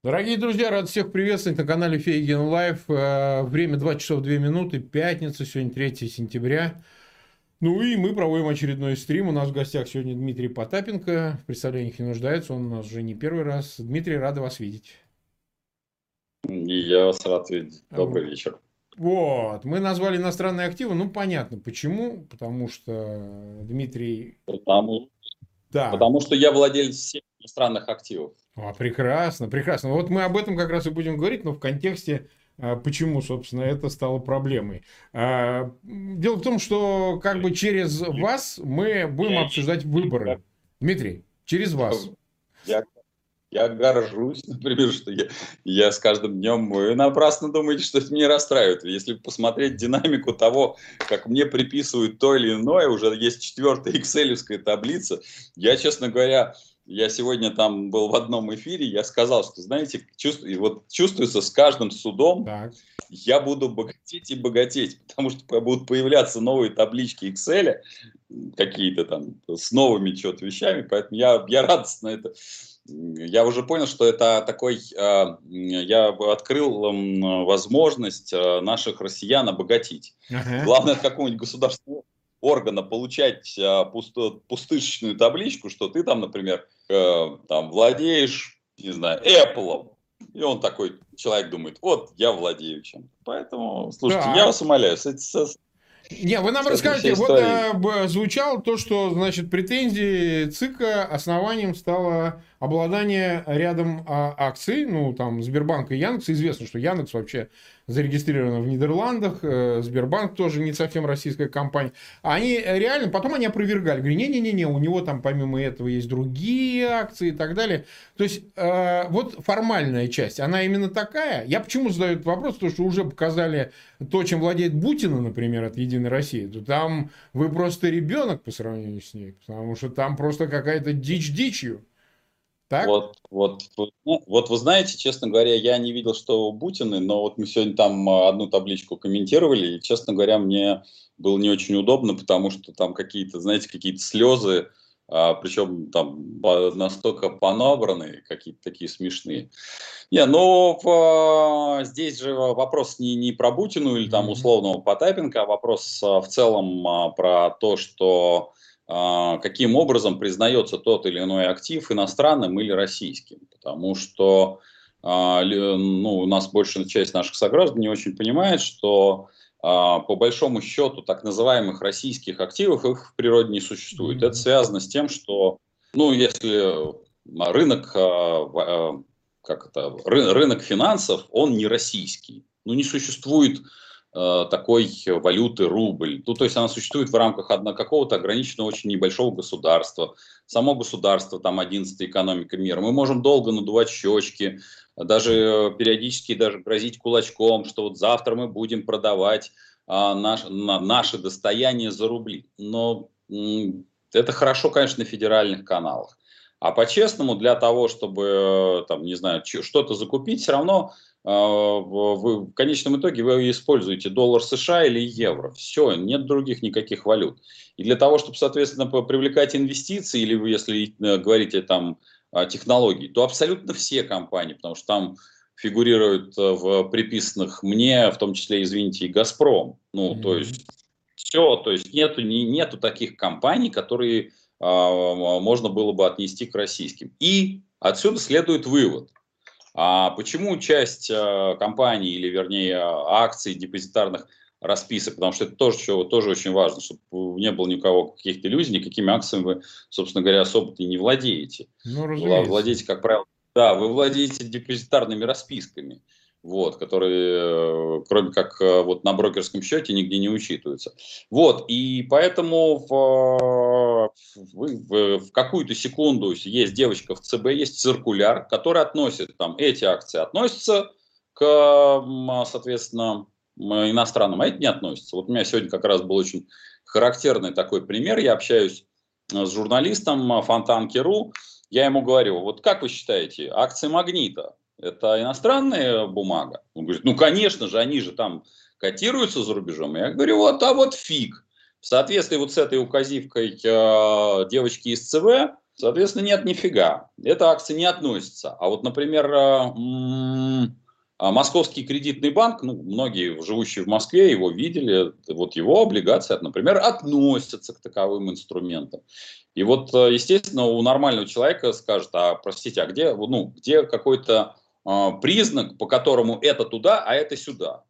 Дорогие друзья, рад всех приветствовать на канале Фейгин Лайв. Время 20 часов 2 минуты, пятница, сегодня 3 сентября. Ну и мы проводим очередной стрим. У нас в гостях сегодня Дмитрий Потапенко. В представлениях не нуждается, он у нас уже не первый раз. Дмитрий, рада вас видеть. И я вас рад видеть. Добрый вечер. Вот, мы назвали иностранные активы, ну понятно почему, потому что Дмитрий, Потому, да, потому что я владелец всех иностранных активов. прекрасно, прекрасно. Вот мы об этом как раз и будем говорить, но в контексте, почему, собственно, это стало проблемой. Дело в том, что как бы через вас мы будем Я, обсуждать я, выборы. Дмитрий, через вас. я- я горжусь, например, что я с каждым днем... Вы напрасно думаете, что это меня расстраивает. Если посмотреть динамику того, как мне приписывают то или иное, уже есть четвертая экселевская таблица. Я, честно говоря, я сегодня там был в одном эфире, я сказал, что, знаете, чувствуется с каждым судом, Так. я буду богатеть и богатеть, потому что будут появляться новые таблички Excel, какие-то там с новыми что-то вещами, поэтому я радостно это. Я уже понял, что это такой, я открыл возможность наших россиян обогатить. Ага. Главное, от какого-нибудь государственного органа получать пустышечную табличку, что ты там, например, там владеешь, не знаю, Apple. И он такой, человек думает, вот я владею чем. Поэтому, слушайте, я Так. вас умоляю, Не, вы нам с этой всей расскажете, вот историей. звучало то, что, значит, претензии ЦИКа основанием стало обладание рядом акций, ну, там, Сбербанка и Яндекса. Известно, что Яндекс вообще зарегистрирован в Нидерландах, Сбербанк тоже не совсем российская компания. Они реально, потом они опровергали, говорили, не-не-не, у него там помимо этого есть другие акции и так далее. То есть, вот формальная часть, она именно такая. Я почему задаю этот вопрос, потому что уже показали то, чем владеет Бутина, например, от «Единой России», то там вы просто ребенок по сравнению с ней, потому что там просто какая-то дичь дичью. Так? Вот вы знаете, честно говоря, я не видел, что у Бутины, но вот мы сегодня там одну табличку комментировали, и, честно говоря, мне было не очень удобно, потому что там какие-то, знаете, какие-то слезы, причем там настолько понабранные, какие-то такие смешные. Не, ну здесь же вопрос не про Бутину или там Мгм. условного Потапенко, а вопрос в целом про то, что каким образом признается тот или иной актив иностранным или российским. Потому что ну, у нас большая часть наших сограждан не очень понимает, что по большому счету так называемых российских активов их в природе не существует. Это Мгм. связано с тем, что, ну, если рынок рынок финансов, он не российский. Ну, не существует такой валюты рубль. Ну, то есть она существует в рамках какого-то ограниченного, очень небольшого государства. Само государство, там, 11-я экономика мира. Мы можем долго надувать щечки, даже периодически даже грозить кулачком, что вот завтра мы будем продавать наше достояние за рубли. Но это хорошо, конечно, на федеральных каналах. А по-честному, для того, чтобы, там, не знаю, что-то закупить, все равно вы, в конечном итоге вы используете доллар США или евро. Все, нет других никаких валют. И для того, чтобы, соответственно, привлекать инвестиции, или вы, если говорите там о технологии, то абсолютно все компании, потому что там фигурируют в приписанных мне, в том числе, извините, и «Газпром». Ну, то Мгм. есть все, то есть нету таких компаний, которые можно было бы отнести к российским. И отсюда следует вывод. А почему часть компаний, или вернее акций депозитарных расписок, потому что это тоже очень важно, чтобы не было ни у кого каких-то иллюзий, никакими акциями вы, собственно говоря, особо-то и не владеете. Ну, разумеется. Владеете, как правило, да, вы владеете депозитарными расписками, вот, которые, кроме как вот на брокерском счете, нигде не учитываются. Вот, и поэтому в какую-то секунду есть девочка в ЦБ, есть циркуляр, который относит, там, эти акции относятся к, соответственно, иностранным, а эти не относятся. Вот у меня сегодня как раз был очень характерный такой пример. Я общаюсь с журналистом Фонтанки.ру, я ему говорю, вот как вы считаете, акции «Магнита» это иностранная бумага? Он говорит, ну, конечно же, они же там котируются за рубежом. Я говорю, вот, а вот фиг. В соответствии вот с этой указивкой девочки из ЦВ, Соответственно, нет, нифига. Эта акция не относится. А вот, например, Московский кредитный банк, ну, многие, живущие в Москве, его видели, вот его облигации, например, относятся к таковым инструментам. И вот, естественно, у нормального человека скажет, а, простите, а где, ну, где какой-то признак, по которому это туда, а это сюда?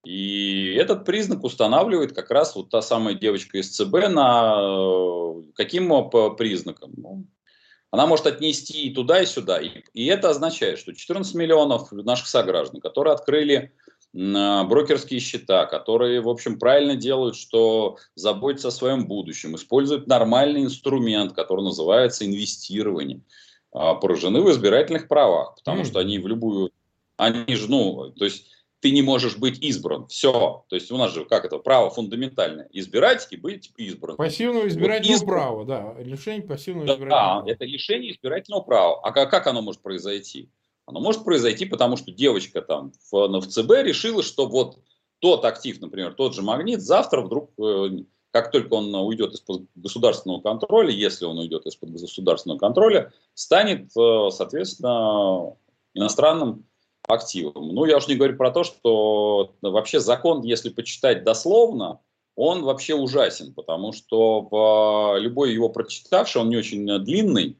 И этот признак устанавливает как раз вот та самая девочка из ЦБ на каким признаком? Ну, она может отнести и туда, и сюда. И это означает, что 14 миллионов наших сограждан, которые открыли брокерские счета, которые, в общем, правильно делают, что заботятся о своем будущем, используют нормальный инструмент, который называется инвестирование, поражены в избирательных правах, потому что они в любую... Они же, ну, то есть ты не можешь быть избран. Все. То есть у нас же, как это, право фундаментальное. Избирать и быть избранным. Пассивного избирательного права, да. Лишение пассивного избирательного права. Да, это лишение избирательного права. А как оно может произойти? Оно может произойти, потому что девочка там в ЦБ решила, что вот тот актив, например, тот же Магнит, завтра вдруг, как только он уйдет из-под государственного контроля, если он уйдет из-под государственного контроля, станет, соответственно, иностранным активом. Ну, я уж не говорю про то, что вообще закон, если почитать дословно, он вообще ужасен, потому что любой его прочитавший, он не очень длинный,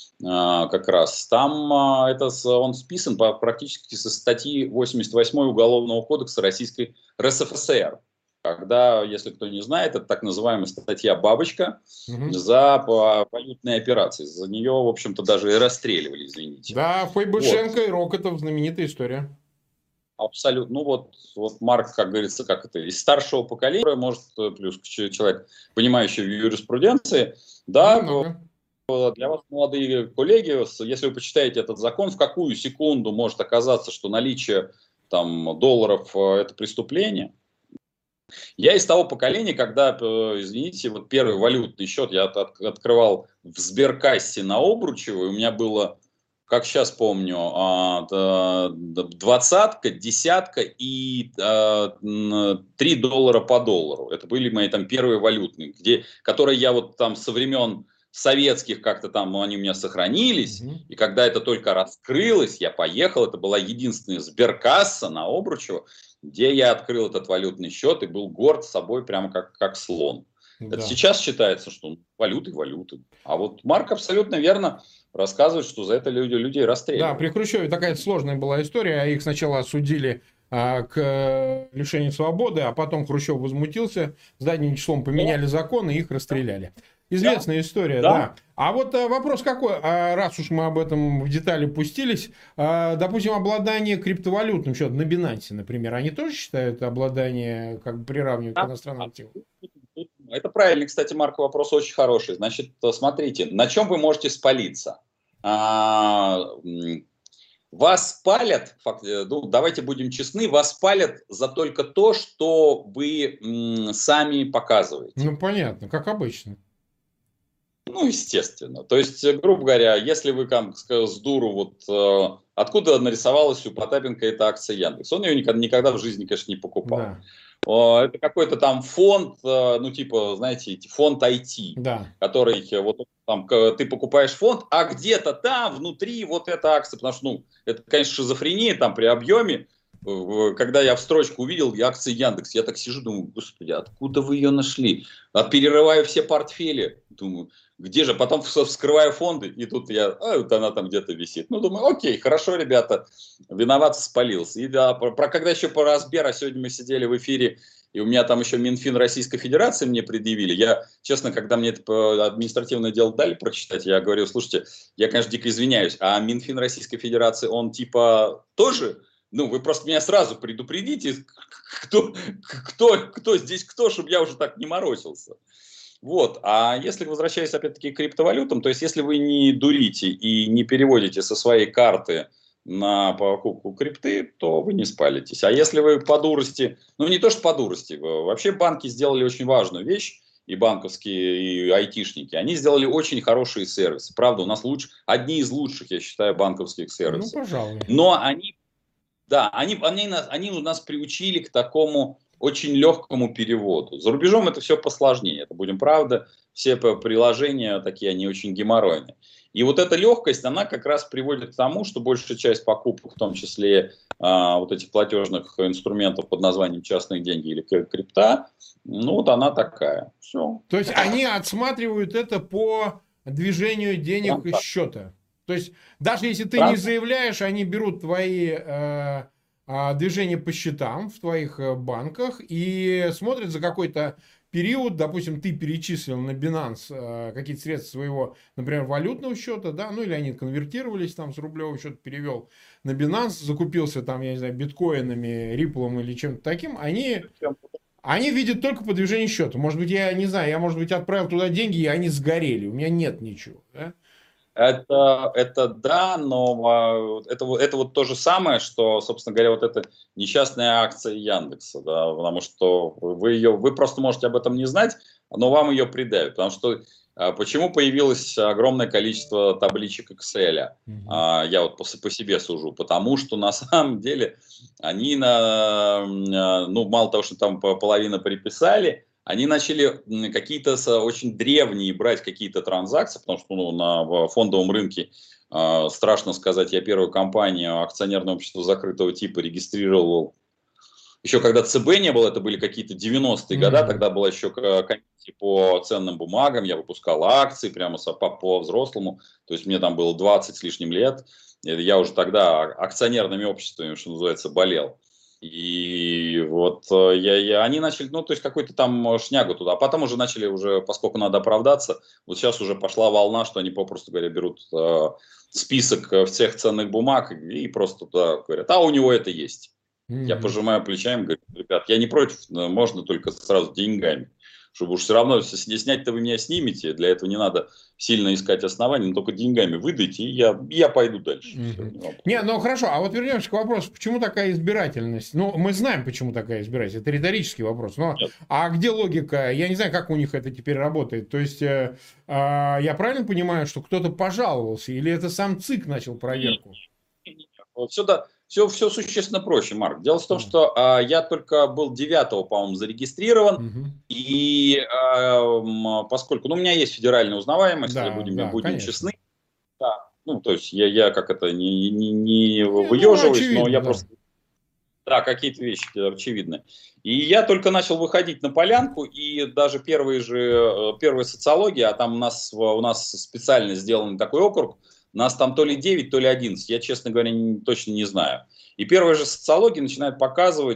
как раз, там он списан практически со статьи 88 Уголовного кодекса Российской РСФСР. Когда, если кто не знает, это так называемая статья «Бабочка» за валютные операции. За нее, в общем-то, даже и расстреливали, извините. Да, Фойбышенко вот. И Рокотов, знаменитая история. Абсолютно. Ну вот Марк, как говорится, как это, из старшего поколения, может, плюс человек, понимающий в юриспруденции, да, для вас, молодые коллеги, если вы почитаете этот закон, в какую секунду может оказаться, что наличие там долларов – это преступление. Я из того поколения, когда, извините, вот первый валютный счет я открывал в Сберкассе на Обручево, и у меня было, как сейчас помню, двадцатка, десятка и 3 доллара по доллару. Это были мои там первые валютные, которые я вот там со времен советских как-то там, они у меня сохранились. И когда это только раскрылось, я поехал, это была единственная Сберкасса на Обручево, где я открыл этот валютный счет и был горд собой прямо как слон. Да. Это сейчас считается, что валюты. А вот Марк абсолютно верно рассказывает, что за это людей расстреливают. Да, при Хрущеве такая сложная была история. Их сначала осудили к лишению свободы, а потом Хрущев возмутился, задним числом поменяли закон и их расстреляли. Известная история, да. А вот вопрос какой, раз уж мы об этом в детали пустились, допустим, обладание криптовалютным счетом на Binance, например, они тоже считают обладание, как бы приравнивают к иностранным активам? Это правильный, кстати, Марк, вопрос очень хороший. Значит, смотрите, на чем вы можете спалиться? Вас палят, ну, давайте будем честны, вас палят за только то, что вы сами показываете. Ну, понятно, как обычно. Ну, естественно. То есть, грубо говоря, если вы там с дуру, вот откуда нарисовалась у Потапенко эта акция Яндекс? Он ее никогда в жизни, конечно, не покупал. Да. Это какой-то там фонд, ну, типа, знаете, фонд IT, да. Который вот там ты покупаешь фонд, а где-то там внутри вот эта акция, потому что, ну, это, конечно, шизофрения там при объеме. Когда я в строчку увидел акции Яндекс, я так сижу, думаю, господи, откуда вы ее нашли? Перерываю все портфели, думаю, где же? Потом вскрываю фонды, и тут вот она там где-то висит. Ну, думаю, окей, хорошо, ребята, виноват, спалился. И да, когда еще по Сбера, сегодня мы сидели в эфире, и у меня там еще Минфин Российской Федерации мне предъявили. Я, честно, когда мне это административное дело дали прочитать, я говорю, слушайте, я, конечно, дико извиняюсь, а Минфин Российской Федерации, он типа тоже... Ну, вы просто меня сразу предупредите, кто здесь кто, чтобы я уже так не морозился. Вот. А если, возвращаясь опять-таки к криптовалютам, то есть если вы не дурите и не переводите со своей карты на покупку крипты, то вы не спалитесь. А если вы по дурости, ну не то что по дурости, вообще банки сделали очень важную вещь, и банковские, и айтишники, они сделали очень хорошие сервисы. Правда, у нас одни из лучших, я считаю, банковских сервисов. Ну, пожалуй. Но они у нас приучили к такому очень легкому переводу. За рубежом это все посложнее, это будем правда. Все приложения такие, они очень геморройные. И вот эта легкость, она как раз приводит к тому, что большая часть покупок, в том числе вот этих платежных инструментов под названием частные деньги или крипта, ну вот она такая. Все. То есть они отсматривают это по движению денег из счета. То есть даже если ты не заявляешь, они берут твои движения по счетам в твоих банках и смотрят за какой-то период, допустим, ты перечислил на Binance какие-то средства своего, например, валютного счета, да, ну или они конвертировались там с рублевого счета, перевел на Binance, закупился там, я не знаю, биткоинами, риплом или чем-то таким, они видят только по движению счета. Может быть, я не знаю, я, может быть, отправил туда деньги, и они сгорели, у меня нет ничего, да? Это да, но это вот то же самое, что, собственно говоря, вот эта несчастная акция Яндекса, да, потому что вы просто можете об этом не знать, но вам ее придают, потому что почему появилось огромное количество табличек Excel? Я вот по себе сужу, потому что на самом деле они ну, мало того, что там половина приписали, они начали какие-то очень древние брать какие-то транзакции, потому что ну, на фондовом рынке, страшно сказать, я первую компанию акционерное общество закрытого типа регистрировал. Еще когда ЦБ не было, это были какие-то 90-е годы, тогда была еще комиссия по ценным бумагам, я выпускал акции прямо по взрослому, то есть мне там было 20 с лишним лет, я уже тогда акционерными обществами, что называется, болел. И вот они начали, ну, то есть какой-то там шнягу туда, а потом уже начали, поскольку надо оправдаться, вот сейчас уже пошла волна, что они попросту говоря берут список всех ценных бумаг и просто туда говорят, а у него это есть. Я пожимаю плечами, говорю, ребят, я не против, можно только сразу деньгами. Чтобы уж все равно, если снять-то вы меня снимете, для этого не надо сильно искать основания, но только деньгами выдайте, и я пойду дальше. Не, ну хорошо, а вот вернемся к вопросу, почему такая избирательность? Ну, мы знаем, почему такая избирательность, это риторический вопрос, но а где логика? Я не знаю, как у них это теперь работает. То есть, я правильно понимаю, что кто-то пожаловался, или это сам ЦИК начал проверку? Вот сюда. Все существенно проще, Марк. Дело в том, что я только был 9-го, по-моему, зарегистрирован. И поскольку у меня есть федеральная узнаваемость, да, будем честны. Да, ну, то есть я как это не выеживаюсь, но я просто... Да, какие-то вещи очевидны. И я только начал выходить на полянку, и даже первая социология, а там у нас специально сделан такой округ, нас там то ли 9, то ли 11, я, честно говоря, точно не знаю. И первая же социология начинает показывать,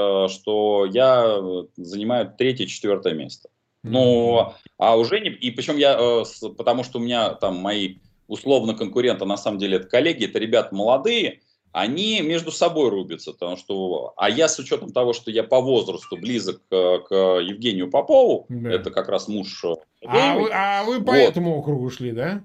что я занимаю 3-4 место. Ну, а уже не... И причем потому что у меня там мои условно конкуренты, на самом деле это коллеги, это ребята молодые, они между собой рубятся. Потому что, а я с учетом того, что я по возрасту близок к Евгению Попову, это как раз муж... А вы по этому округу шли, да?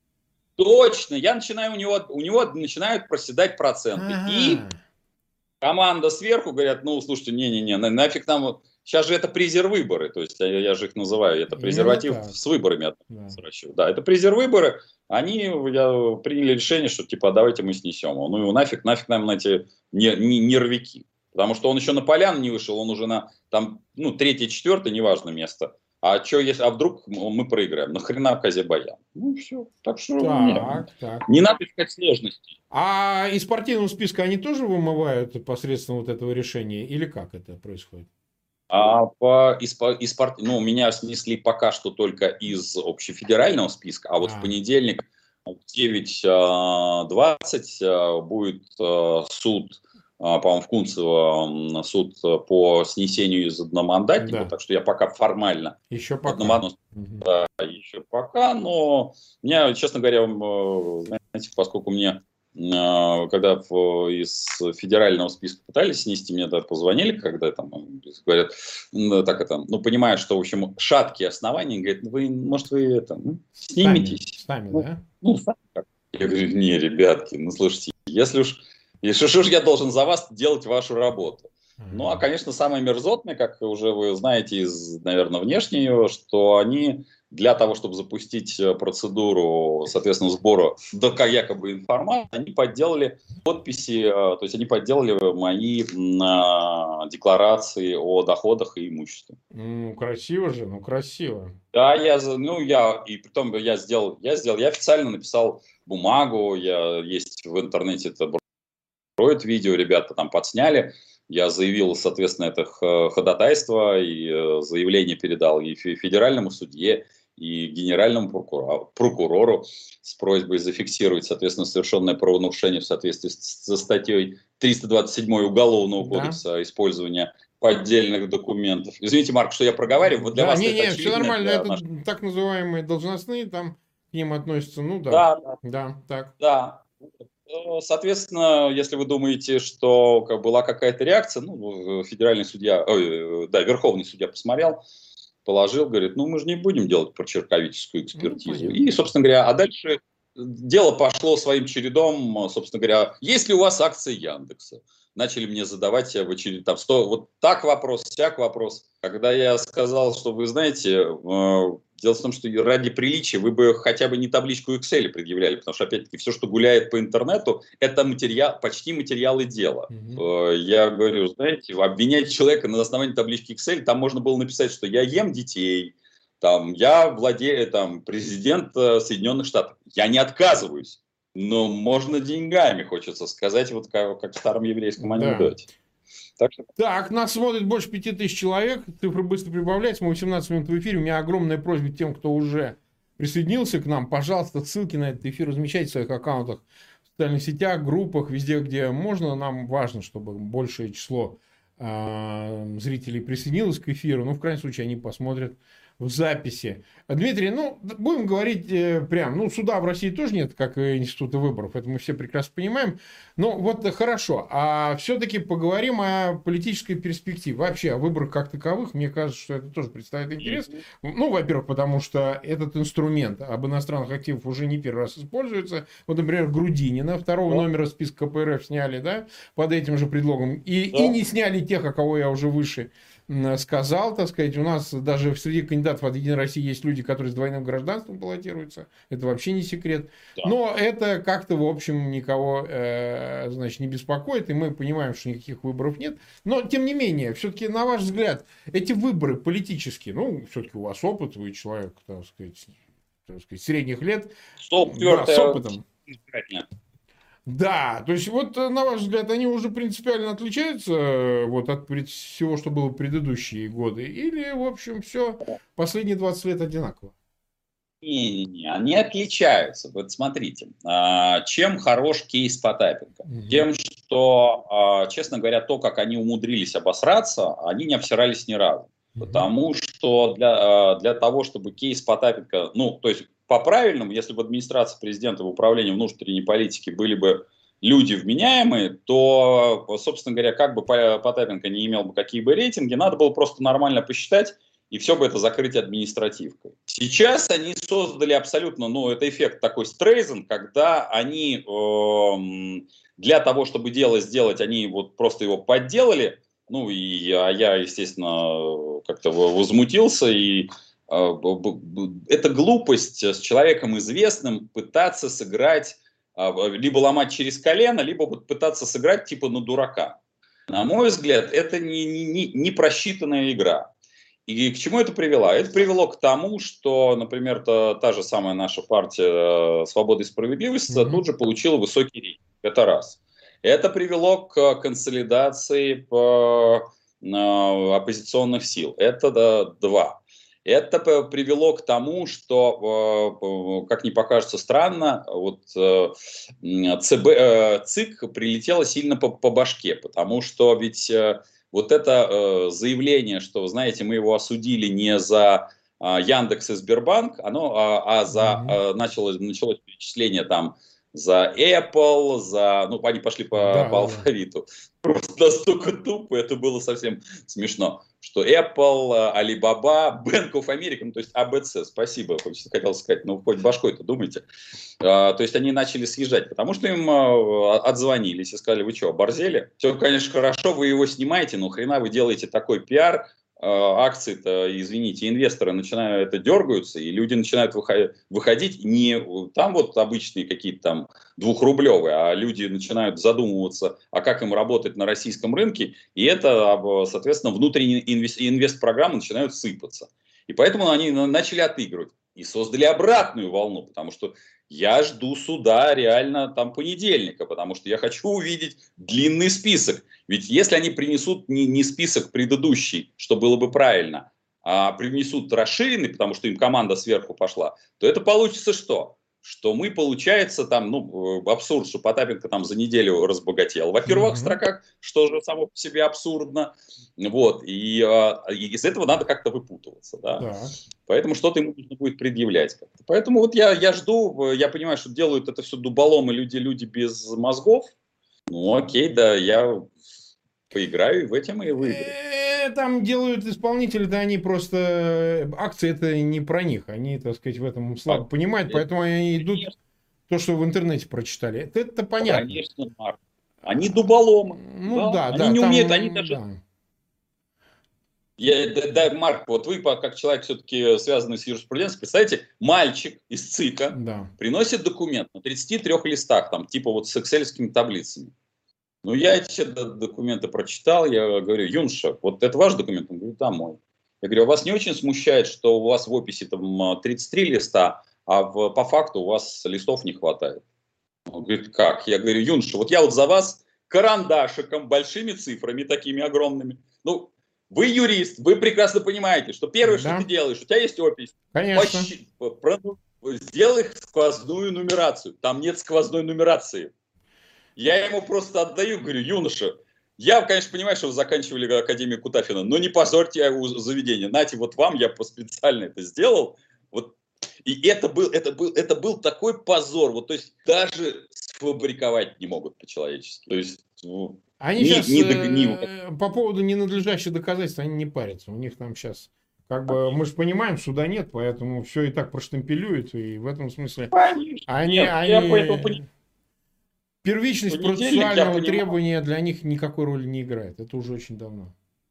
Точно, я начинаю у него начинают проседать проценты. И команда сверху говорят, ну, слушайте, не-не-не, нафиг нам... Сейчас же это призер-выборы, то есть я же их называю, это презерватив с выборами. Да, это призер-выборы. Они приняли решение, что типа давайте мы снесем его. Ну и нафиг нам эти нервики. Потому что он еще на поляну не вышел, он уже на там, 3-4, неважно место. А что, если, вдруг мы проиграем? Нахрена Казе-Баян? Ну, все. Так что не надо искать сложностей. А из партийного списка они тоже вымывают посредством вот этого решения? Или как это происходит? Меня снесли пока что только из общефедерального списка, а вот в понедельник в 9:20 будет суд, по-моему, в Кунцево, суд по снесению из одномандатника, так что я пока формально еще пока. Еще пока, но меня, честно говоря, знаете, поскольку мне когда из федерального списка пытались снести, мне позвонили, когда там говорят, понимают, что, в общем, шаткие основания, говорят, может, вы сниметесь. Сами, да? Сами. Я говорю, не, ребятки, слушайте, если уж я должен за вас делать вашу работу. Ну, а, конечно, самое мерзотное, как уже вы знаете из, наверное, внешнего, что они для того, чтобы запустить процедуру, соответственно, сбора якобы информации, они подделали подписи, то есть они подделали мои декларации о доходах и имуществе. Ну, красиво же, ну, красиво. Да, и притом я официально написал бумагу, есть в интернете это видео, ребята там подсняли. Я заявил, соответственно, это ходатайство и заявление передал и федеральному судье, и генеральному прокурору с просьбой зафиксировать, соответственно, совершенное правонарушение в соответствии со статьей 327 Уголовного кодекса использования поддельных документов. Извините, Марк, что я проговариваю. Вот для вас это очевидно. Все нормально. Это так называемые должностные, там к ним относятся, ну да. Да, так. Да. Соответственно, если вы думаете, что была какая-то реакция, федеральный судья, верховный судья посмотрел, положил, говорит, мы же не будем делать прочерковическую экспертизу. И, собственно говоря, а дальше дело пошло своим чередом, собственно говоря, есть ли у вас акции Яндекса? Начали мне задавать в очередь там 100, вот так вопрос, сяк вопрос. Когда я сказал, что вы знаете, дело в том, что ради приличия вы бы хотя бы не табличку Excel предъявляли, потому что, опять-таки, все, что гуляет по интернету, это почти материалы дела. Я говорю, знаете, обвинять человека на основании таблички Excel, там можно было написать, что я ем детей, там, я владею, там, президент Соединенных Штатов. Я не отказываюсь. Но можно деньгами, хочется сказать, вот как в старом еврейском анекдоте. Так, нас смотрит больше 5000 человек. Цифры быстро прибавляются. Мы 18 минут в эфире. У меня огромная просьба тем, кто уже присоединился к нам. Пожалуйста, ссылки на этот эфир размещайте в своих аккаунтах, в социальных сетях, группах, везде, где можно. Нам важно, чтобы большее число зрителей присоединилось к эфиру. Ну, в крайнем случае, они посмотрят в записи. Дмитрий, будем говорить прям, суда в России тоже нет, как и института выборов, это мы все прекрасно понимаем. Хорошо, а все-таки поговорим о политической перспективе. Вообще о выборах как таковых, мне кажется, что это тоже представляет интерес. Во-первых, потому что этот инструмент об иностранных активах уже не первый раз используется. Вот, например, Грудинина, второго номера списка КПРФ сняли, да, под этим же предлогом. И не сняли тех, о кого я уже выше сказал, так сказать, у нас даже среди кандидатов от Единой России есть люди, которые с двойным гражданством баллотируются. Это вообще не секрет. Да. Но это как-то, в общем, никого, не беспокоит, и мы понимаем, что никаких выборов нет. Но, тем не менее, все-таки, на ваш взгляд, эти выборы политические, все-таки у вас опыт, вы человек, так сказать, средних лет, с опытом. Да, то есть, на ваш взгляд, они уже принципиально отличаются от всего, что было в предыдущие годы? Или, в общем, все последние 20 лет одинаково? Не, они отличаются. Вот смотрите, чем хорош кейс Потапенко? Тем, что, честно говоря, то, как они умудрились обосраться, они не обсирались ни разу. Потому что для того, чтобы кейс Потапенко, то есть, по-правильному, если в администрации президента, в управлении внутренней политики были бы люди вменяемые, то, собственно говоря, как бы Потапенко не имел бы какие бы рейтинги, надо было просто нормально посчитать, и все бы это закрыть административкой. Сейчас они создали абсолютно, это эффект такой Стрейзен, когда они для того, чтобы дело сделать, они просто его подделали, я, естественно, как-то возмутился, и это глупость с человеком известным пытаться сыграть, либо ломать через колено, либо пытаться сыграть типа на дурака. На мой взгляд, это не просчитанная игра. И к чему это привело? Это привело к тому, что, например, та же самая наша партия «Свобода и справедливость» тут же получила высокий рейтинг. Это раз. Это привело к консолидации оппозиционных сил. Это два. Это привело к тому, что, как ни покажется странно, ЦИК прилетело сильно по башке, потому что ведь это заявление, что, знаете, мы его осудили не за Яндекс и Сбербанк, началось перечисление там за Apple, они пошли по алфавиту. Просто настолько тупо, это было совсем смешно, что Apple, Alibaba, Bank of America, то есть ABC, спасибо, хотел сказать, хоть башкой-то думайте. То есть они начали съезжать, потому что им отзвонились и сказали, вы что, оборзели? Все, конечно, хорошо, вы его снимаете, но хрена вы делаете такой пиар, акции-то, извините, инвесторы начинают это дергаются, и люди начинают выходить не там вот обычные какие-то там двухрублевые, а люди начинают задумываться, а как им работать на российском рынке, и это, соответственно, внутренние инвест-программы начинают сыпаться. И поэтому они начали отыгрывать и создали обратную волну, потому что я жду суда реально там понедельника, потому что я хочу увидеть длинный список. Ведь если они принесут не список предыдущий, что было бы правильно, а принесут расширенный, потому что им команда сверху пошла, то это получится что? Что мы, получается, там, ну, абсурд, что Потапенко там за неделю разбогател. Во первых строках, что же само по себе абсурдно. Вот, и из этого надо как-то выпутываться, да. Так. Поэтому что-то ему нужно будет предъявлять как-то. Поэтому вот я жду, я понимаю, что делают это все дуболомы, люди без мозгов. Ну, окей, да, я поиграю и в этом и выиграю. Там делают исполнители-то, они просто... Акции это не про них. Они, так сказать, в этом слабо понимают, поэтому они идут то, что в интернете прочитали. Это понятно. Конечно, Марк. Они дуболомы. Ну да, они да. не там, умеют, они даже... Да, Марк, вот вы, как человек все-таки связанный с юриспруденцией, представьте, мальчик из ЦИКа приносит документ на 33 листах, там, типа вот с экселевскими таблицами. Ну, я эти документы прочитал, я говорю, юноша, вот это ваш документ? Он говорит, да, мой. Я говорю, а вас не очень смущает, что у вас в описи там 33 листа, а по факту у вас листов не хватает? Он говорит, как? Я говорю, юноша, вот я вот за вас карандашиком, большими цифрами такими огромными. Ну, вы юрист, вы прекрасно понимаете, что первое, что ты делаешь, у тебя есть опись. Конечно. Сделай сквозную нумерацию. Там нет сквозной нумерации. Я ему просто отдаю, говорю, юноша, я, конечно, понимаю, что вы заканчивали Академию Кутафина, но не позорьте заведение. Нате, вот вам я специально это сделал. Вот. И это был такой позор. Вот, то есть даже сфабриковать не могут по-человечески. То есть они сейчас по поводу ненадлежащих доказательств они не парятся. У них там сейчас, как бы, мы же понимаем, суда нет, поэтому все и так проштемпелюют. И в этом смысле первичность процессуального требования для них никакой роли не играет. Это уже очень давно.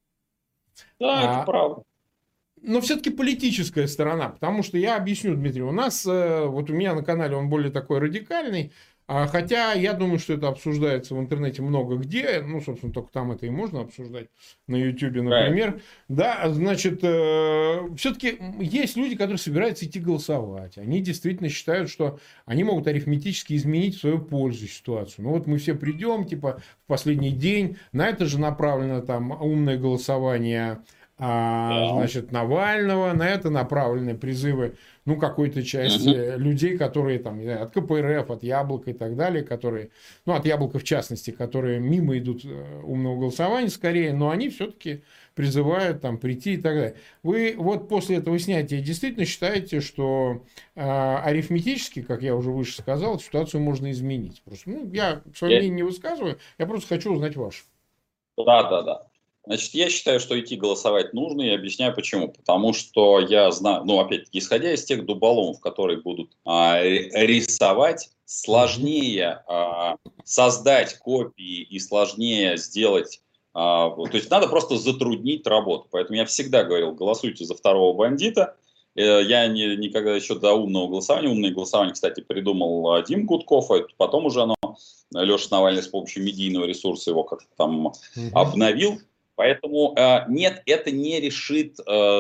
Да, это правда. Но все-таки политическая сторона. Потому что я объясню, Дмитрий, у нас, вот у меня на канале он более такой радикальный. Хотя я думаю, что это обсуждается в интернете много где. Ну, собственно, только там это и можно обсуждать. На Ютубе, например. Да, значит, все-таки есть люди, которые собираются идти голосовать. Они действительно считают, что они могут арифметически изменить в свою пользу ситуацию. Ну, вот мы все придем, типа, в последний день. На это же направлено там умное голосование, значит, Навального. На это направлены призывы, ну, какой-то части людей, которые там, не знаю, от КПРФ, от Яблока и так далее, которые, ну, от Яблока в частности, которые мимо идут умного голосования скорее, но они все-таки призывают там прийти и так далее. Вы вот после этого снятия действительно считаете, что арифметически, как я уже выше сказал, ситуацию можно изменить? Просто, ну, я свое мнение не высказываю, я просто хочу узнать ваше. Да. Значит, я считаю, что идти голосовать нужно, и объясняю почему. Потому что я знаю, ну, опять-таки, исходя из тех дуболомов, которые будут рисовать, сложнее создать копии и сложнее сделать. То есть надо просто затруднить работу. Поэтому я всегда говорил, голосуйте за второго бандита. Я никогда еще до умного голосования. Умное голосование, кстати, придумал Дим Гудков, а потом уже Леша Навальный с помощью медийного ресурса его как-то там обновил. Поэтому нет, это не решит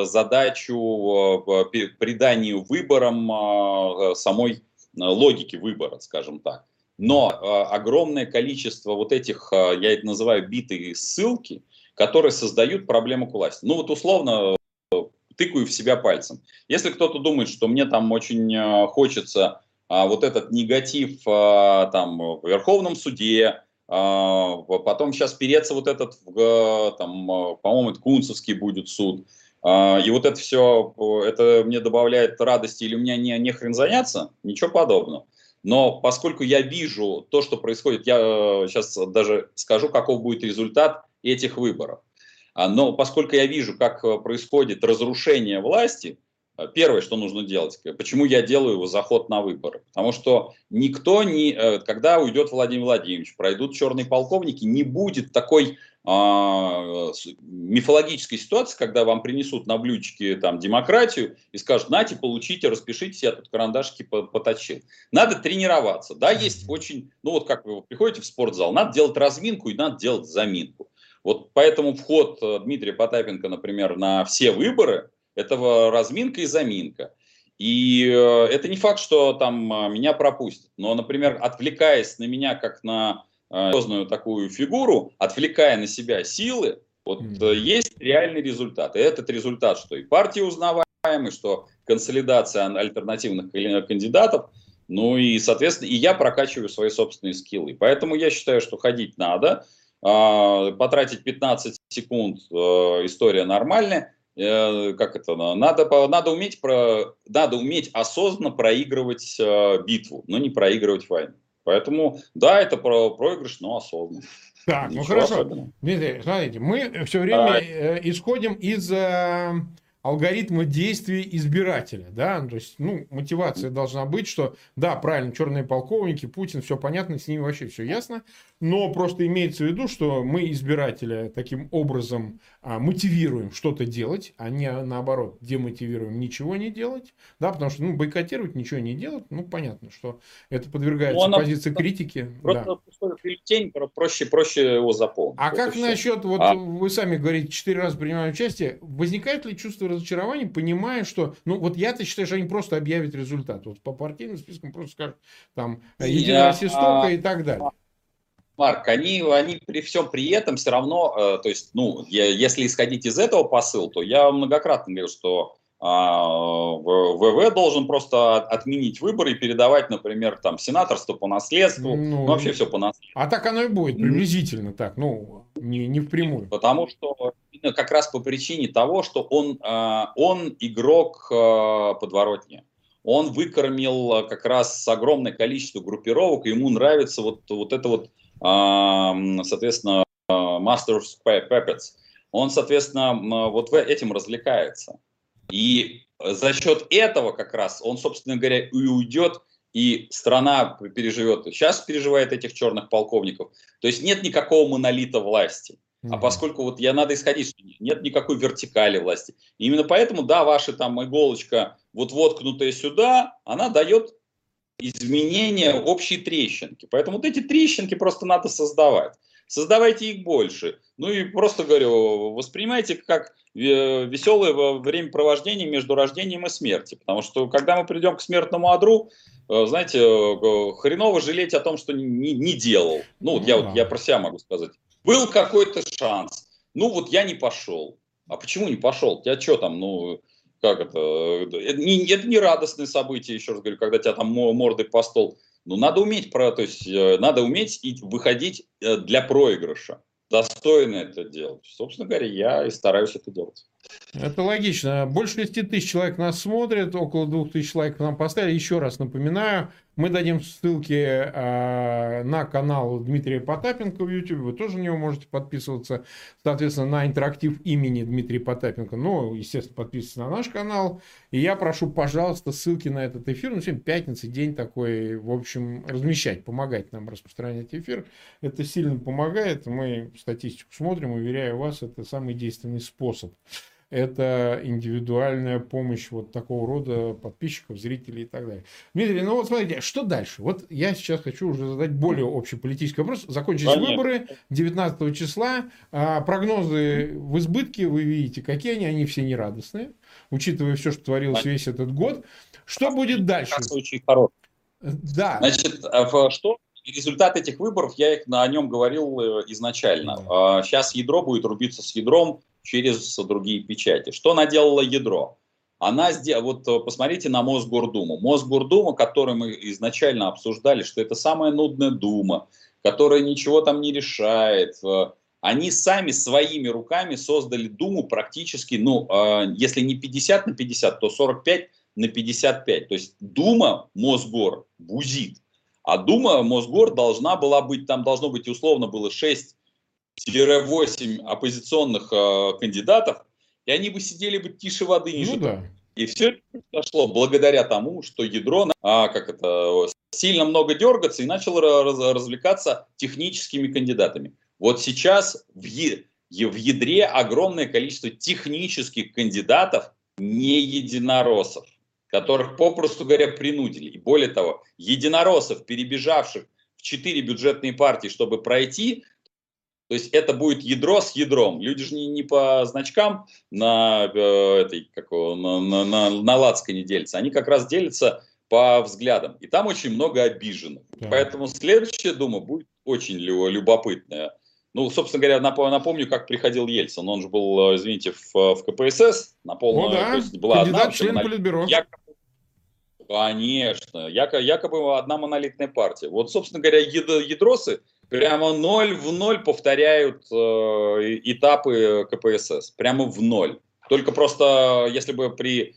задачу приданию выборам самой логики выбора, скажем так. Но огромное количество вот этих, я это называю, битые ссылки, которые создают проблему к власти. Ну вот условно тыкаю в себя пальцем. Если кто-то думает, что мне там очень хочется вот этот негатив там в Верховном суде, потом сейчас переться вот этот, там, по-моему, это Кунцевский будет суд. И вот это все, это мне добавляет радости или у меня не хрен заняться, ничего подобного. Но поскольку я вижу то, что происходит, я сейчас даже скажу, каков будет результат этих выборов. Но поскольку я вижу, как происходит разрушение власти, первое, что нужно делать, почему я делаю его заход на выборы. Потому что никто не, когда уйдет Владимир Владимирович, пройдут черные полковники, не будет такой мифологической ситуации, когда вам принесут на блюдечке там демократию и скажут: нате, получите, распишитесь, я тут карандашики поточил. Надо тренироваться. Да, есть очень, ну вот как вы приходите в спортзал, надо делать разминку и надо делать заминку. Вот поэтому вход Дмитрия Потапенко, например, на все выборы, это разминка и заминка. И это не факт, что там меня пропустят. Но, например, отвлекаясь на меня как на серьезную такую фигуру, отвлекая на себя силы, вот есть реальный результат. И этот результат, что и партия узнаваемая, что консолидация альтернативных кандидатов, ну и, соответственно, и я прокачиваю свои собственные скиллы. Поэтому я считаю, что ходить надо, потратить 15 секунд, история нормальная. Как это? Надо уметь осознанно проигрывать битву, но не проигрывать войну. Поэтому, да, это проигрыш, но осознанно. Так, Ничего ну хорошо. особенного. Дмитрий, смотрите, мы все время исходим из алгоритма действий избирателя, да, то есть, ну, мотивация должна быть, что, да, правильно, черные полковники, Путин, все понятно, с ними вообще все ясно, но просто имеется в виду, что мы избирателя таким образом мотивируем что-то делать, а не наоборот демотивируем ничего не делать, да, потому что, ну, бойкотировать, ничего не делать, ну, понятно, что это подвергается позиции критики. Просто бюллетень, проще его заполнить. А вот как насчет, вот вы сами говорите, 4 раза принимаю участие, возникает ли чувство разочарования, понимая, что, ну, вот я-то считаю, что они просто объявят результат, вот по партийным спискам просто скажут, там, Единая Россия столько и так далее. Марк, они при этом все равно, то есть, ну, если исходить из этого посыла, то я многократно говорил, что ВВ должен просто отменить выборы и передавать, например, там, сенаторство по наследству, ну, вообще все по наследству. А так оно и будет, приблизительно так, ну, не впрямую. Потому что как раз по причине того, что он игрок подворотни. Он выкормил как раз огромное количество группировок, и ему нравится вот это вот, соответственно, Master of Puppets. Он, соответственно, вот этим развлекается. И за счет этого как раз он, собственно говоря, и уйдет, и страна переживет. Сейчас переживает этих черных полковников. То есть нет никакого монолита власти. А поскольку вот надо исходить, что нет никакой вертикали власти. И именно поэтому, да, ваша там иголочка, вот воткнутая сюда, она дает изменения общей трещинки. Поэтому вот эти трещинки просто надо создавать. Создавайте их больше. Ну и просто говорю, воспринимайте как веселое времяпровождение между рождением и смертью. Потому что когда мы придем к смертному одру, знаете, хреново жалеть о том, что не делал. Ну вот я про себя могу сказать. Был какой-то шанс. Ну вот я не пошел. А почему не пошел? Я что там, ну... Как это? Это не радостное событие, еще раз говорю, когда тебя там мордой по стол. Ну, надо уметь, надо уметь выходить для проигрыша. Достойно это делать. Собственно говоря, я и стараюсь это делать. Это логично. Больше 10 тысяч человек нас смотрят, около 2000 человек нам поставили. Еще раз напоминаю, мы дадим ссылки на канал Дмитрия Потапенко в YouTube. Вы тоже на него можете подписываться. Соответственно, на интерактив имени Дмитрия Потапенко. Ну, естественно, подписывайтесь на наш канал. И я прошу, пожалуйста, ссылки на этот эфир. Ну, сегодня пятница, день такой, в общем, размещать, помогать нам распространять эфир. Это сильно помогает. Мы статистику смотрим, уверяю вас, это самый действенный способ. Это индивидуальная помощь вот такого рода подписчиков, зрителей и так далее. Дмитрий, ну вот смотрите, что дальше? Вот я сейчас хочу уже задать более общий политический вопрос. Закончились выборы 19 числа. Прогнозы в избытке, вы видите, какие они. Они все нерадостные, учитывая все, что творилось весь этот год. Что будет дальше? Очень хороший. Да. Значит, что? Результат этих выборов, я о нем говорил изначально. Сейчас ядро будет рубиться с ядром через другие печати. Что наделало ядро? Вот посмотрите на Мосгордуму. Мосгордума, которую мы изначально обсуждали, что это самая нудная дума, которая ничего там не решает. Они сами своими руками создали думу практически, ну, если не 50 на 50, то 45 на 55. То есть дума Мосгор бузит. А дума Мосгор должна была быть, там должно быть условно было 6-8 оппозиционных кандидатов, и они бы сидели бы тише воды ниже. Ну, да. И все это произошло благодаря тому, что ядро сильно много дергаться и начало развлекаться техническими кандидатами. Вот сейчас в ядре огромное количество технических кандидатов, не единороссов, которых, попросту говоря, принудили. И более того, единороссов, перебежавших в 4 бюджетные партии, чтобы пройти, то есть это будет ядро с ядром. Люди же не по значкам на лацкане делятся, они как раз делятся по взглядам. И там очень много обиженных. Да. Поэтому следующая Дума будет очень любопытная. Ну, собственно говоря, напомню, как приходил Ельцин. Он же был, извините, в КПСС на полную... Да. То есть была кандидат в член Политбюро. Конечно. Якобы одна монолитная партия. Вот, собственно говоря, ядросы прямо 0 в 0 повторяют этапы КПСС. Прямо в 0. Только просто, если бы при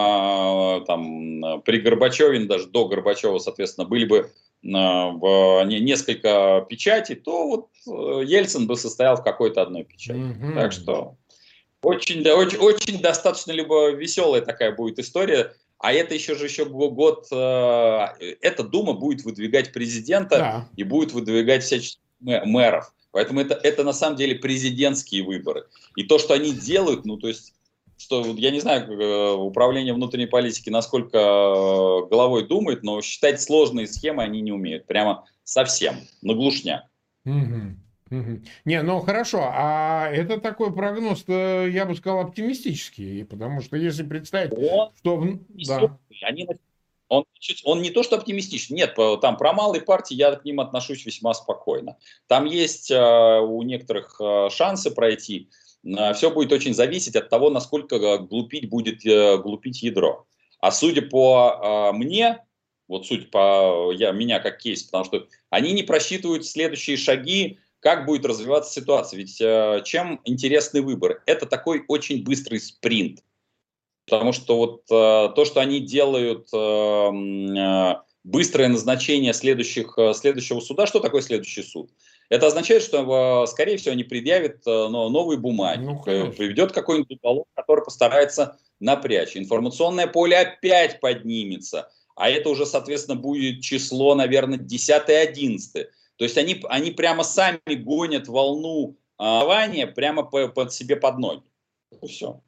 Горбачеве, даже до Горбачева, соответственно, были бы несколько печатей, то вот Ельцин бы состоял в какой-то одной печати. Так что очень достаточно веселая такая будет история. А это еще год, эта Дума будет выдвигать президента и будет выдвигать всяческих мэров. Поэтому это на самом деле президентские выборы. И то, что они делают, ну то есть, что я не знаю, управление внутренней политики насколько головой думает, но считать сложные схемы они не умеют. Прямо совсем, на глушняк. Не, ну хорошо, а это такой прогноз, я бы сказал, оптимистический, потому что если представить, Он не то что оптимистичный, нет, там про малые партии я к ним отношусь весьма спокойно. Там есть у некоторых шансы пройти, все будет очень зависеть от того, насколько глупить будет глупить ядро. А судя по мне, меня как кейс, потому что они не просчитывают следующие шаги, как будет развиваться ситуация. Ведь чем интересный выбор? Это такой очень быстрый спринт. Потому что вот то, что они делают, быстрое назначение следующего суда. Что такое следующий суд? Это означает, что, скорее всего, они предъявят новые бумаги, приведет какой-нибудь уголок, который постарается напрячь. Информационное поле опять поднимется, а это уже, соответственно, будет число, наверное, 10-11. То есть они прямо сами гонят волну голосования прямо под себе под ноги. И все.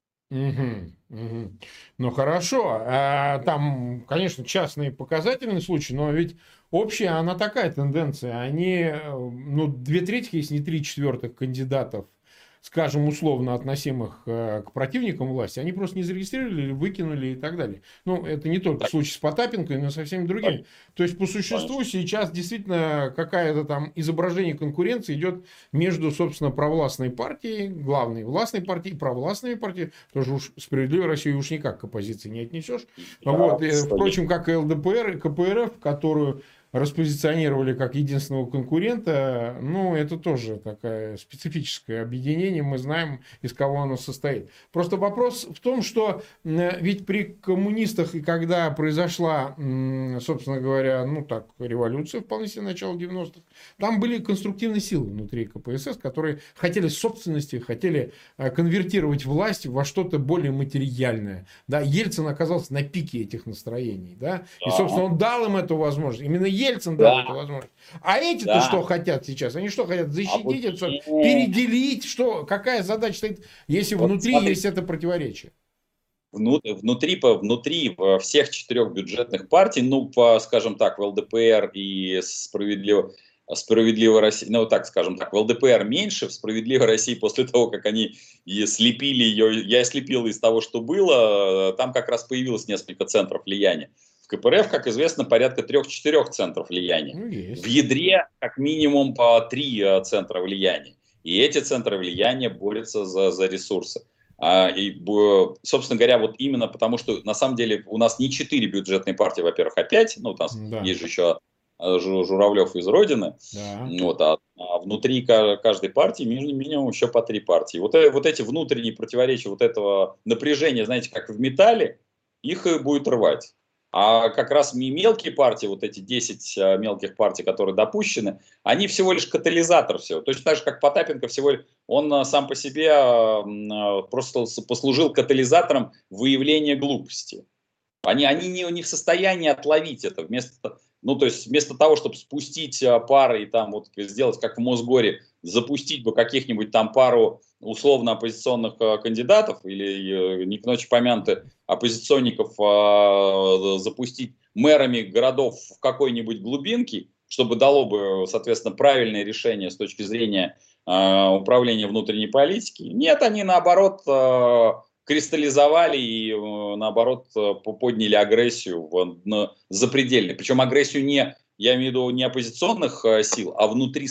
Ну хорошо, там, конечно, частные показательные случаи, но ведь общая она такая тенденция. Они, 2/3, если не 3/4 кандидатов, скажем, условно относимых к противникам власти, они просто не зарегистрировали, выкинули и так далее. Ну, это не только случай с Потапенко, но со всеми другими. То есть, по существу, сейчас действительно какая-то там изображение конкуренции идет между, собственно, провластной партией, главной властной партией, провластными партиями. Тоже уж «Справедливая Россия» уж никак к оппозиции не отнесешь. Впрочем, как и ЛДПР, и КПРФ, которую распозиционировали как единственного конкурента, это тоже такое специфическое объединение, мы знаем, из кого оно состоит. Просто вопрос в том, что ведь при коммунистах, и когда произошла, собственно говоря, революция, вполне себе начало 90-х, там были конструктивные силы внутри КПСС, которые хотели собственности, хотели конвертировать власть во что-то более материальное. Да, Ельцин оказался на пике этих настроений, да, и, собственно, он дал им эту возможность. Именно Ельцин дал эту возможность. А эти-то что хотят сейчас? Они что хотят? Защитить это, переделить? Что? Какая задача стоит, если внутри есть это противоречие? Внутри всех 4 бюджетных партий, скажем так, в ЛДПР и Справедливая Россия, скажем так, в ЛДПР меньше, в Справедливой России после того, как они слепили ее, я слепил из того, что было, там как раз появилось несколько центров влияния. В КПРФ, как известно, порядка 3-4 центров влияния. В ядре как минимум по 3 центра влияния. И эти центры влияния борются за ресурсы. Собственно говоря, вот именно потому, что на самом деле у нас не 4 бюджетные партии, во-первых, а 5. Есть же еще Журавлев из Родины. А внутри каждой партии минимум еще по 3 партии. Вот эти внутренние противоречия, вот этого напряжения, знаете, как в металле, их будет рвать. А как раз мелкие партии, вот эти 10 мелких партий, которые допущены, они всего лишь катализатор всего. Точно так же, как Потапенко, он сам по себе просто послужил катализатором выявления глупости. Они не в состоянии отловить это. Вместо того, чтобы спустить пары и там вот сделать, как в Мосгоре, запустить бы каких-нибудь там пару условно оппозиционных кандидатов или не к ночи помянутых оппозиционников запустить мэрами городов в какой-нибудь глубинке, чтобы дало бы, соответственно, правильное решение с точки зрения управления внутренней политики. Нет, они наоборот кристаллизовали и, наоборот, подняли агрессию запредельной. Причем агрессию я имею в виду не оппозиционных сил, а внутри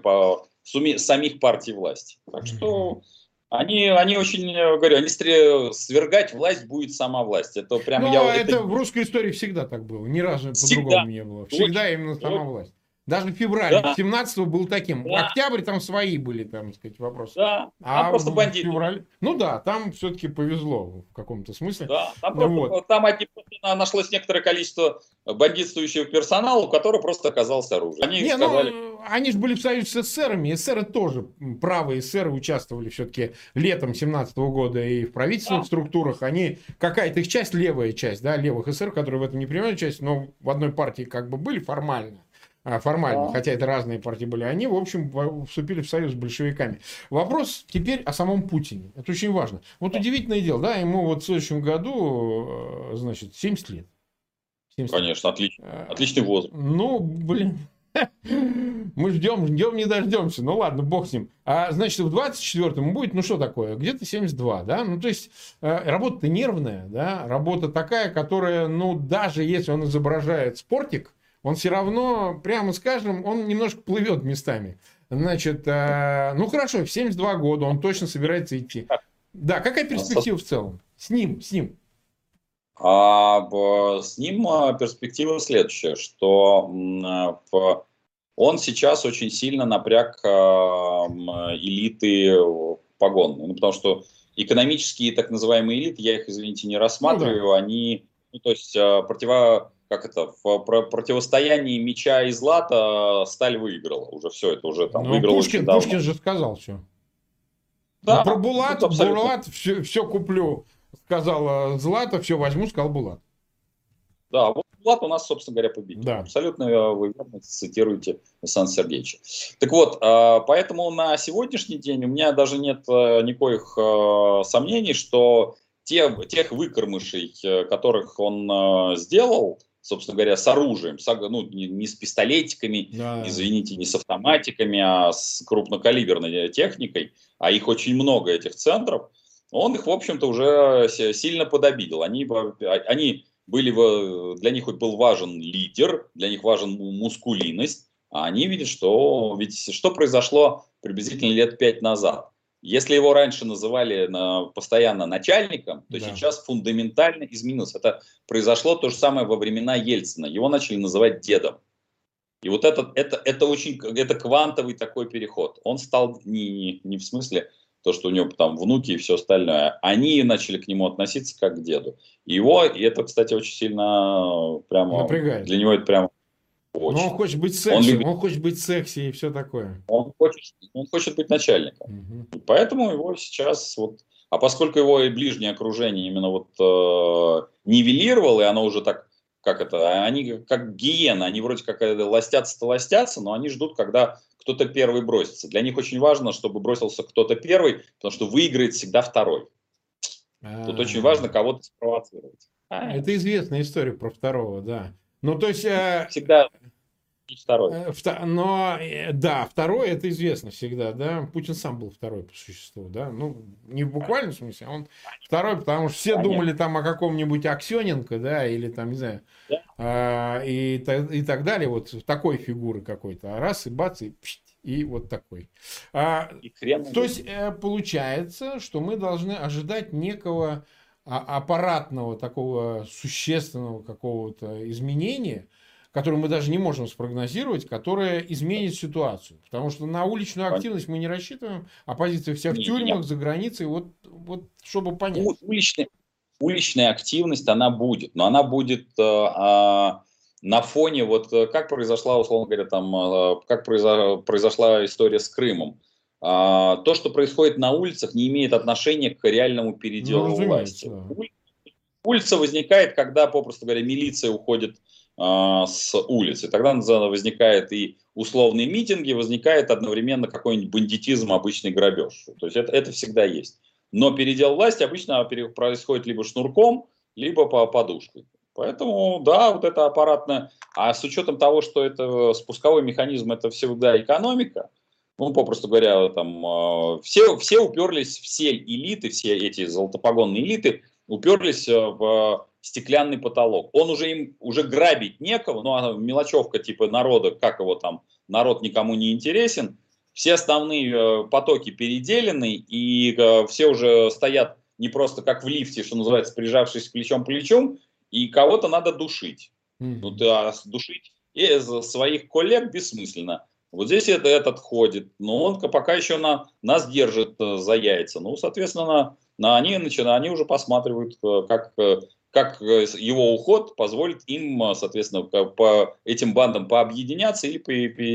самих партий власти. Так что они очень, говорю, свергать власть будет сама власть. Это прямо это в русской истории всегда так было. Ни разу по-другому не было. Всегда именно сама власть. Даже февраль 17-го был таким. Да. Октябрь там свои были, там, сказать, вопросы. Да, там просто бандиты. Ну да, там все-таки повезло в каком-то смысле. Да, там нашлось некоторое количество бандитствующего персонала, у которого просто оказалось оружие. Они же были в союзе с эсерами. Эсеры тоже, правые эсеры участвовали все-таки летом 17-го года и в правительственных структурах. Они, какая-то их часть, левая часть, да, левых эсеров, которые в этом не принимали участие, но в одной партии как бы были формально, хотя это разные партии были, они, в общем, вступили в союз с большевиками. Вопрос теперь о самом Путине. Это очень важно. Вот удивительное дело, да, ему вот в следующем году, значит, 70 лет. 70 Конечно, отлично. Отличный возраст. Ну, блин. Мы ждем не дождемся. Ну ладно, бог с ним. Значит, в 24-м будет, ну что такое, где-то 72, да? Ну, то есть, работа-то нервная, да? Работа такая, которая, ну, даже если он изображает спортик, он все равно, прямо скажем, он немножко плывет местами. Значит, ну хорошо, в 72 года он точно собирается идти. Да, какая перспектива в целом? С ним. С ним перспектива следующая, что он сейчас очень сильно напряг элиты погонные. Ну, потому что экономические так называемые элиты, я их, извините, не рассматриваю, они, то есть в противостоянии меча и злата сталь выиграла. Уже все, это уже там выиграл очень давно. Пушкин же сказал все. Да, про Булат все куплю, сказал Злата, все возьму, сказал Булат. Да, вот Булат у нас, собственно говоря, победил. Да. Абсолютно вы верно цитируете Александра Сергеевича. Так вот, поэтому на сегодняшний день у меня даже нет никаких сомнений, что тех выкормышей, которых он сделал, собственно говоря, с оружием, не с пистолетиками, извините, не с автоматиками, а с крупнокалиберной техникой, а их очень много, этих центров, он их, в общем-то, уже сильно подобидел. Для них был важен лидер, для них важен мускулинность, а они видят, что произошло приблизительно лет 5 назад. Если его раньше называли постоянно начальником, то сейчас фундаментально изменилось. Это произошло то же самое во времена Ельцина. Его начали называть дедом. И вот это квантовый такой переход. Он стал не в смысле то, что у него там внуки и все остальное. Они начали к нему относиться как к деду. И это, кстати, очень сильно прямо напрягает. Для него это прямо очень. Но он хочет быть секси, он хочет быть секси и все такое. Он хочет быть начальником. И поэтому его сейчас а поскольку его и ближнее окружение именно нивелировало, и оно уже так, они как гиены, они вроде как ластятся, но они ждут, когда кто-то первый бросится. Для них очень важно, чтобы бросился кто-то первый, потому что выиграет всегда второй. Тут очень важно кого-то спровоцировать. Это известная история про второго, да. Ну, то есть... Всегда второй. Но, да, второй это известно всегда, да. Путин сам был второй по существу, да. Ну, не в буквальном смысле, а он второй, потому что все думали там о каком-нибудь Аксененко, да, или там, не знаю, и так далее, вот такой фигуры какой-то. А раз, и бац, и вот такой. То есть, получается, что мы должны ожидать некого аппаратного такого существенного какого-то изменения, которое мы даже не можем спрогнозировать, которое изменит ситуацию. Потому что на уличную активность мы не рассчитываем, оппозиция вся в тюрьмах, за границей, вот чтобы понять. уличная активность, она будет, но она будет на фоне, вот как произошла, условно говоря, там, как произошла история с Крымом. То, что происходит на улицах, не имеет отношения к реальному Ну, переделу разумеется, власти. да. Улица возникает, когда, попросту говоря, милиция уходит с улицы. Тогда возникает и условные митинги, возникает одновременно какой-нибудь бандитизм, обычный грабеж. То есть это всегда есть. Но передел власти обычно происходит либо шнурком, либо по подушкой. Поэтому, да, вот это аппаратное. А с учетом того, что это спусковой механизм, это всегда экономика, ну, попросту говоря, там, все уперлись, все элиты, все эти золотопогонные элиты уперлись в стеклянный потолок. Он уже им уже грабить некого, ну, а мелочевка типа народа, как его там, народ никому не интересен, все основные потоки переделены, и все уже стоят не просто как в лифте, что называется, прижавшись плечом к плечу, и кого-то надо душить. Ну, да, душить из своих коллег бессмысленно. Вот здесь этот ходит, но он пока еще нас держит за яйца. Ну, соответственно, они уже посматривают, как его уход позволит им, соответственно, по этим бандам пообъединяться или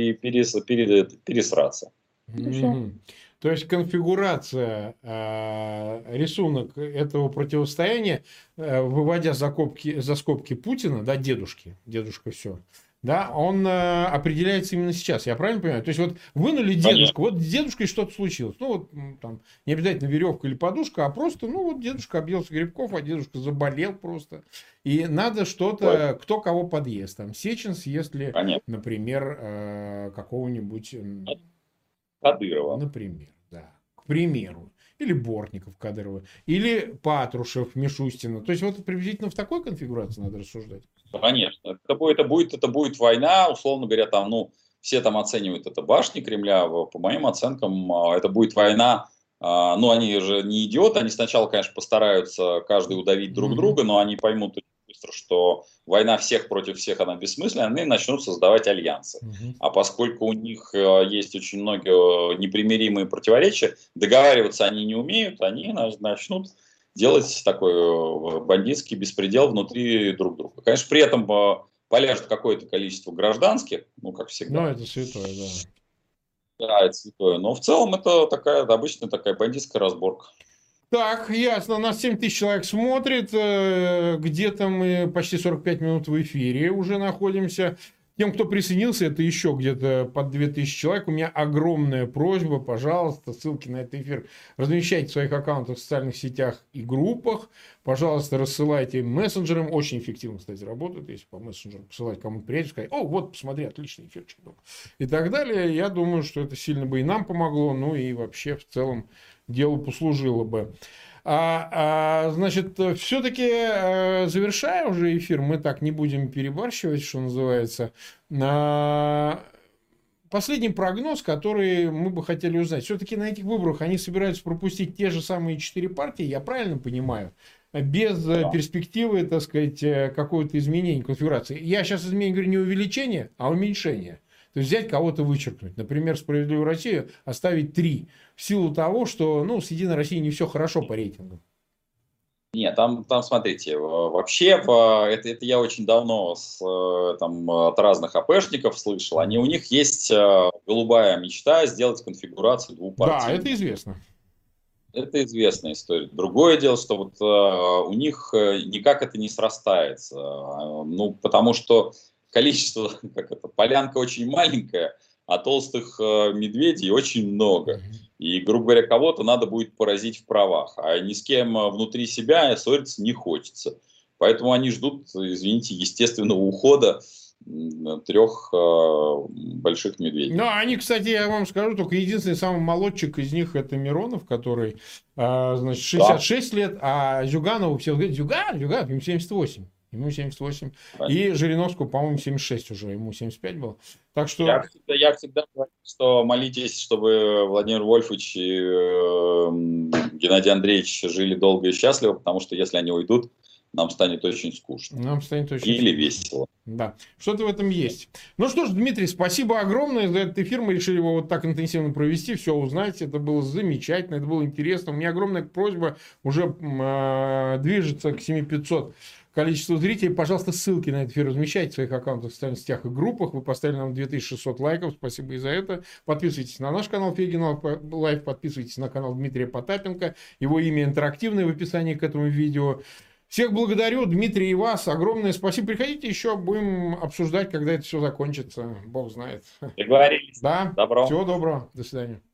пересраться. Мгм. То есть конфигурация, рисунок этого противостояния, выводя за скобки Путина, да, дедушка все, да, он определяется именно сейчас. Я правильно понимаю? То есть вот вынули дедушку, вот с дедушкой что-то случилось. Ну вот там не обязательно веревка или подушка, а просто, ну вот дедушка объелся грибков, а дедушка заболел просто. И надо что-то, кто кого подъест. Там Сечин съест ли, Понятно. например, какого-нибудь... Кадырова. Например, да. К примеру. Или Бортников Кадырова. Или Патрушев Мишустина. То есть вот приблизительно в такой конфигурации надо рассуждать. Конечно. Это будет война, условно говоря, там, ну, все там оценивают это башни Кремля. По моим оценкам, это будет война. Ну, они же не идиоты, они сначала, конечно, постараются каждый удавить друг друга, но они поймут очень быстро, что война всех против всех, она бессмысленна, они начнут создавать альянсы. А поскольку у них есть очень многие непримиримые противоречия, договариваться они не умеют, они начнут делать такой бандитский беспредел внутри друг друга. Конечно, при этом поляжет какое-то количество гражданских, ну, как всегда. Ну, это святое, да. Да, это святое. Но в целом это такая обычная такая бандитская разборка. Так, ясно. Нас 7 тысяч человек смотрит. Где-то мы почти 45 минут в эфире уже находимся. Тем, кто присоединился, это еще где-то под 2000 человек. У меня огромная просьба, пожалуйста, ссылки на этот эфир размещайте в своих аккаунтах в социальных сетях и группах. Пожалуйста, рассылайте мессенджерам. Очень эффективно, кстати, работает, если по мессенджеру посылать кому-то приятелю, сказать: о, вот, посмотри, отличный эфирчик. И так далее. Я думаю, что это сильно бы и нам помогло, ну и вообще в целом делу послужило бы. Значит, все-таки завершая уже эфир, мы так не будем перебарщивать, что называется. Последний прогноз, который мы бы хотели узнать. Все-таки на этих выборах они собираются пропустить те же самые 4 партии, я правильно понимаю? Без перспективы, так сказать, какого-то изменения конфигурации. Я сейчас изменение говорю не увеличение, а уменьшение. То есть взять кого-то вычеркнуть. Например, «Справедливую Россию» оставить 3. В силу того, что с «Единой Россией» не все хорошо по рейтингу. Нет, там смотрите, вообще, это я очень давно от разных АПшников слышал, у них есть голубая мечта сделать конфигурацию двухпартийную. Да, это известно. Это известная история. Другое дело, что вот у них никак это не срастается. Ну, потому что количество, полянка очень маленькая, а толстых медведей очень много. И, грубо говоря, кого-то надо будет поразить в правах. А ни с кем внутри себя ссориться не хочется. Поэтому они ждут, извините, естественного ухода 3 больших медведей. Ну, они, кстати, я вам скажу, только единственный самый молодчик из них — это Миронов, который, значит, 66 лет, а Зюганову все говорят: Зюганов, ему 78. Ему 78. И Жириновскому, по-моему, 76 уже, ему 75 было. Так что... Я всегда говорю, что молитесь, чтобы Владимир Вольфович и Геннадий Андреевич жили долго и счастливо, потому что если они уйдут, нам станет очень скучно. Нам станет очень Или весело. Да, что-то в этом есть. Ну что ж, Дмитрий, спасибо огромное за этот эфир. Мы решили его вот так интенсивно провести, все узнать. Это было замечательно, это было интересно. У меня огромная просьба, уже движется к 7500 количеству зрителей. Пожалуйста, ссылки на этот эфир размещайте в своих аккаунтах, в социальных сетях и группах. Вы поставили нам 2600 лайков. Спасибо и за это. Подписывайтесь на наш канал Фейгин Лайф, подписывайтесь на канал Дмитрия Потапенко. Его имя интерактивное в описании к этому видео. Всех благодарю, Дмитрий, и вас. Огромное спасибо. Приходите еще, будем обсуждать, когда это все закончится. Бог знает. Договорились. Да. Добро. Всего доброго. До свидания.